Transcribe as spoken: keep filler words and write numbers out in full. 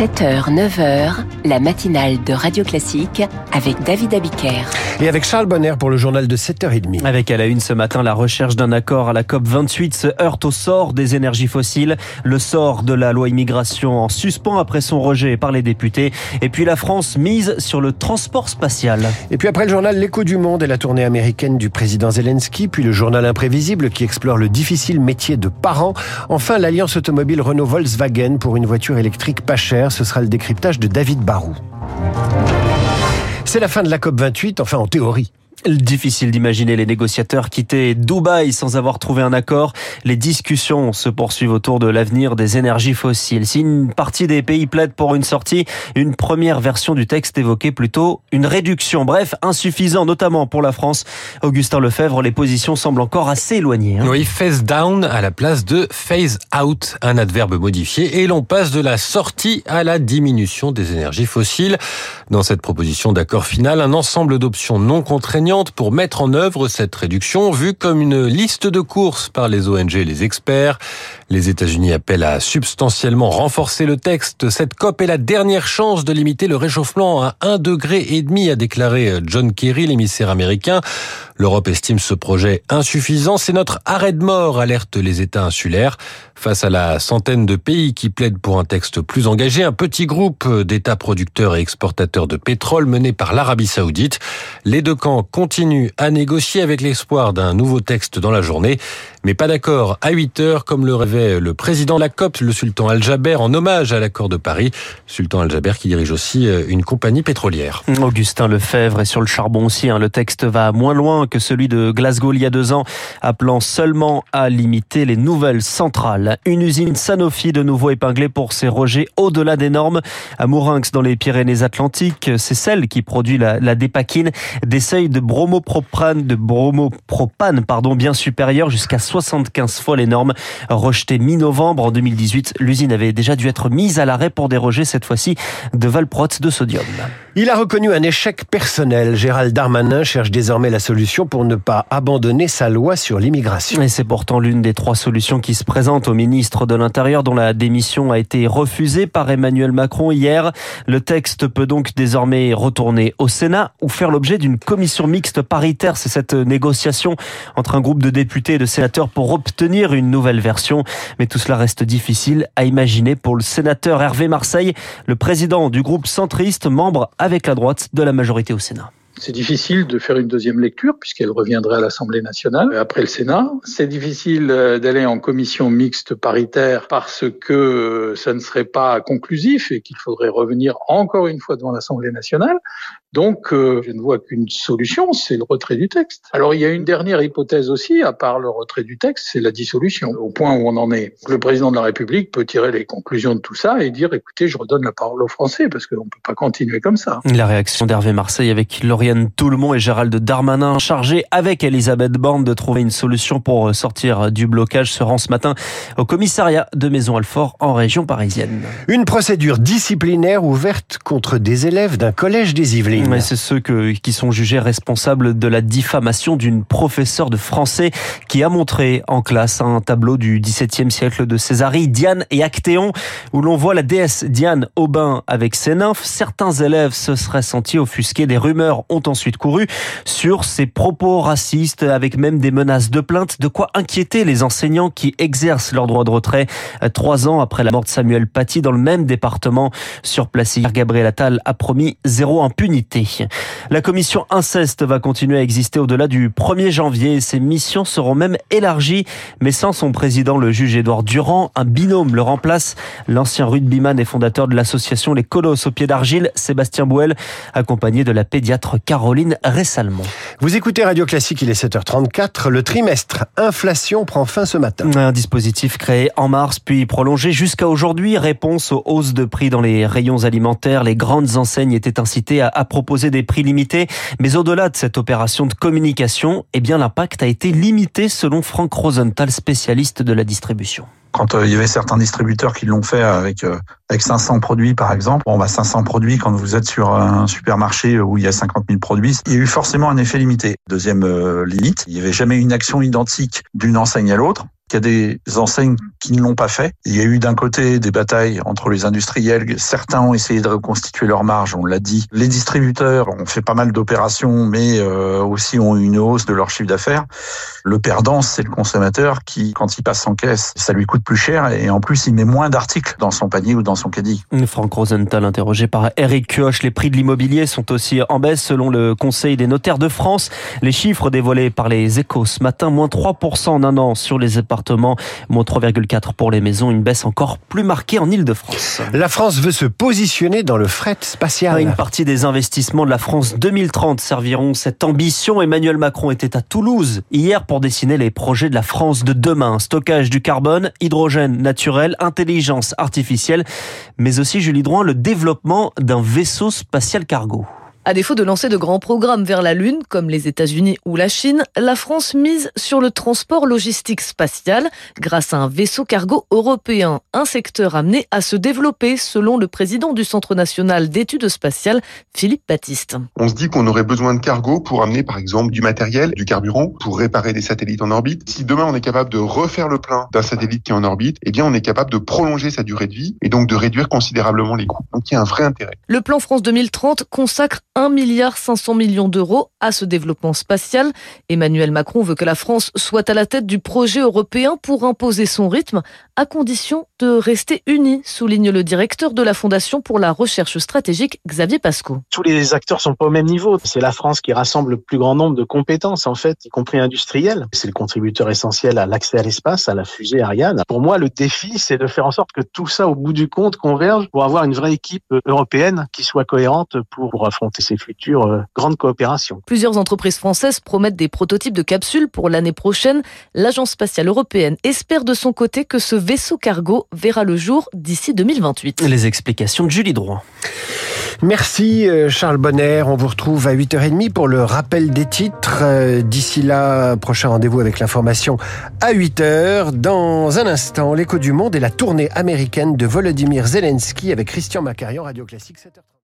sept heures, neuf heures, la matinale de Radio Classique avec David Abiker. Et avec Charles Bonner pour le journal de sept heures trente. Avec à la une ce matin, la recherche d'un accord à la COP vingt-huit se heurte au sort des énergies fossiles. Le sort de la loi immigration en suspens après son rejet par les députés. Et puis la France mise sur le transport spatial. Et puis après le journal L'Écho du Monde et la tournée américaine du président Zelensky, puis le journal imprévisible qui explore le difficile métier de parent. Enfin, l'alliance automobile Renault-Volkswagen pour une voiture électrique pas chère. Ce sera le décryptage de David Barou. C'est la fin de la COP vingt-huit, enfin en théorie. Difficile d'imaginer les négociateurs quitter Dubaï sans avoir trouvé un accord. Les discussions se poursuivent autour de l'avenir des énergies fossiles. Si une partie des pays plaide pour une sortie, une première version du texte évoquait plutôt une réduction. Bref, insuffisant, notamment pour la France. Augustin Lefebvre, les positions semblent encore assez éloignées. Hein. Oui, phase down à la place de phase out, un adverbe modifié, et l'on passe de la sortie à la diminution des énergies fossiles. Dans cette proposition d'accord final, un ensemble d'options non contraignantes pour mettre en œuvre cette réduction, vue comme une liste de courses par les O N G et les experts. Les États-Unis appellent à substantiellement renforcer le texte. Cette COP est la dernière chance de limiter le réchauffement à un degré et demi, a déclaré John Kerry, l'émissaire américain. L'Europe estime ce projet insuffisant. C'est notre arrêt de mort, alertent les États insulaires. Face à la centaine de pays qui plaident pour un texte plus engagé, un petit groupe d'États producteurs et exportateurs de pétrole mené par l'Arabie Saoudite. Les deux camps continuent à négocier avec l'espoir d'un nouveau texte dans la journée. Mais pas d'accord à huit heures, comme le rêvait le président de la COP, le sultan Al-Jaber, en hommage à l'accord de Paris. Sultan Al-Jaber qui dirige aussi une compagnie pétrolière. Augustin Lefebvre est sur le charbon aussi. Hein. Le texte va moins loin que celui de Glasgow il y a deux ans, appelant seulement à limiter les nouvelles centrales. Une usine Sanofi de nouveau épinglée pour ses rejets au-delà des normes. À Mourinx, dans les Pyrénées-Atlantiques, c'est celle qui produit la, la dépakine. Des seuils de bromopropane, de bromopropane, pardon, bien supérieurs, jusqu'à soixante-quinze fois les normes. Rejetée mi-novembre en deux mille dix-huit, l'usine avait déjà dû être mise à l'arrêt pour des rejets, cette fois-ci, de valproate de sodium. Il a reconnu un échec personnel. Gérald Darmanin cherche désormais la solution pour ne pas abandonner sa loi sur l'immigration. Et c'est pourtant l'une des trois solutions qui se présentent au ministre de l'Intérieur, dont la démission a été refusée par Emmanuel Macron hier. Le texte peut donc désormais retourner au Sénat ou faire l'objet d'une commission mixte paritaire. C'est cette négociation entre un groupe de députés et de sénateurs pour obtenir une nouvelle version. Mais tout cela reste difficile à imaginer pour le sénateur Hervé Marseille, le président du groupe centriste, membre avec la droite de la majorité au Sénat. C'est difficile de faire une deuxième lecture puisqu'elle reviendrait à l'Assemblée nationale après le Sénat. C'est difficile d'aller en commission mixte paritaire parce que ça ne serait pas conclusif et qu'il faudrait revenir encore une fois devant l'Assemblée nationale. Donc, euh, je ne vois qu'une solution, c'est le retrait du texte. Alors, il y a une dernière hypothèse aussi, à part le retrait du texte, c'est la dissolution, au point où on en est. Le président de la République peut tirer les conclusions de tout ça et dire, écoutez, je redonne la parole aux Français, parce qu'on ne peut pas continuer comme ça. La réaction d'Hervé Marseille avec Lauriane Toulmont et Gérald Darmanin, chargés avec Elisabeth Borne de trouver une solution pour sortir du blocage, se rend ce matin au commissariat de Maison-Alfort en région parisienne. Une procédure disciplinaire ouverte contre des élèves d'un collège des Yvelines. Mais c'est ceux que, qui sont jugés responsables de la diffamation d'une professeure de français qui a montré en classe un tableau du dix-septième siècle de Césarie, Diane et Actéon, où l'on voit la déesse Diane au bain avec ses nymphes. Certains élèves se seraient sentis offusqués. Des rumeurs ont ensuite couru sur ses propos racistes, avec même des menaces de plainte. De quoi inquiéter les enseignants qui exercent leur droit de retrait trois ans après la mort de Samuel Paty dans le même département. Sur place hier, Gabriel Attal a promis zéro impunité. La commission inceste va continuer à exister au-delà du premier janvier. Ses missions seront même élargies, mais sans son président, le juge Édouard Durand. Un binôme le remplace, l'ancien rugbyman et fondateur de l'association Les Colosses au pied d'argile, Sébastien Bouel, accompagné de la pédiatre Caroline Ressalmon. Vous écoutez Radio Classique, il est sept heures trente-quatre. Le trimestre inflation prend fin ce matin. Un dispositif créé en mars, puis prolongé jusqu'à aujourd'hui. Réponse aux hausses de prix dans les rayons alimentaires. Les grandes enseignes étaient incitées à, à proposer des prix limités. Mais au-delà de cette opération de communication, eh bien, l'impact a été limité selon Franck Rosenthal, spécialiste de la distribution. Quand euh, il y avait certains distributeurs qui l'ont fait avec euh, avec cinq cents produits par exemple, bon bah cinq cents produits quand vous êtes sur un supermarché où il y a cinquante mille produits, il y a eu forcément un effet limité. Deuxième euh, limite, il n'y avait jamais une action identique d'une enseigne à l'autre. Il y a des enseignes qui ne l'ont pas fait. Il y a eu d'un côté des batailles entre les industriels. Certains ont essayé de reconstituer leurs marges, on l'a dit. Les distributeurs ont fait pas mal d'opérations, mais euh, aussi ont eu une hausse de leur chiffre d'affaires. Le perdant, c'est le consommateur qui, quand il passe en caisse, ça lui coûte plus cher et en plus, il met moins d'articles dans son panier ou dans son caddie. Franck Rosenthal, interrogé par Eric Kioch. Les prix de l'immobilier sont aussi en baisse selon le Conseil des notaires de France. Les chiffres dévoilés par les Échos ce matin, moins trois pour cent en un an sur les appartements, moins trois virgule quatre pour cent pour les maisons, une baisse encore plus marquée en Île-de-France. La France veut se positionner dans le fret spatial. Une partie des investissements de la France deux mille trente serviront cette ambition. Emmanuel Macron était à Toulouse hier pour dessiner les projets de la France de demain. Stockage du carbone, hydrogène naturel, intelligence artificielle, mais aussi, Julie Drouin, le développement d'un vaisseau spatial cargo. À défaut de lancer de grands programmes vers la Lune, comme les États-Unis ou la Chine, la France mise sur le transport logistique spatial grâce à un vaisseau cargo européen, un secteur amené à se développer selon le président du Centre national d'études spatiales, Philippe Baptiste. On se dit qu'on aurait besoin de cargo pour amener par exemple du matériel, du carburant, pour réparer des satellites en orbite. Si demain on est capable de refaire le plein d'un satellite qui est en orbite, eh bien on est capable de prolonger sa durée de vie et donc de réduire considérablement les coûts. Donc il y a un vrai intérêt. Le plan France deux mille trente consacre un milliard cinq cents millions d'euros à ce développement spatial. Emmanuel Macron veut que la France soit à la tête du projet européen pour imposer son rythme, à condition de rester unis, souligne le directeur de la Fondation pour la recherche stratégique, Xavier Pasco. Tous les acteurs sont pas au même niveau. C'est la France qui rassemble le plus grand nombre de compétences, en fait, y compris industrielles. C'est le contributeur essentiel à l'accès à l'espace, à la fusée Ariane. Pour moi, le défi, c'est de faire en sorte que tout ça, au bout du compte, converge pour avoir une vraie équipe européenne qui soit cohérente pour, pour affronter ces futures euh, grandes coopérations. Plusieurs entreprises françaises promettent des prototypes de capsules pour l'année prochaine. L'Agence spatiale européenne espère de son côté que ce vaisseau cargo verra le jour d'ici deux mille vingt-huit. Les explications de Julie Drouin. Merci Charles Bonner. On vous retrouve à huit heures trente pour le rappel des titres. D'ici là, prochain rendez-vous avec l'information à huit heures. Dans un instant, l'écho du monde et la tournée américaine de Volodymyr Zelensky avec Christian Macarian, Radio Classique sept heures trente.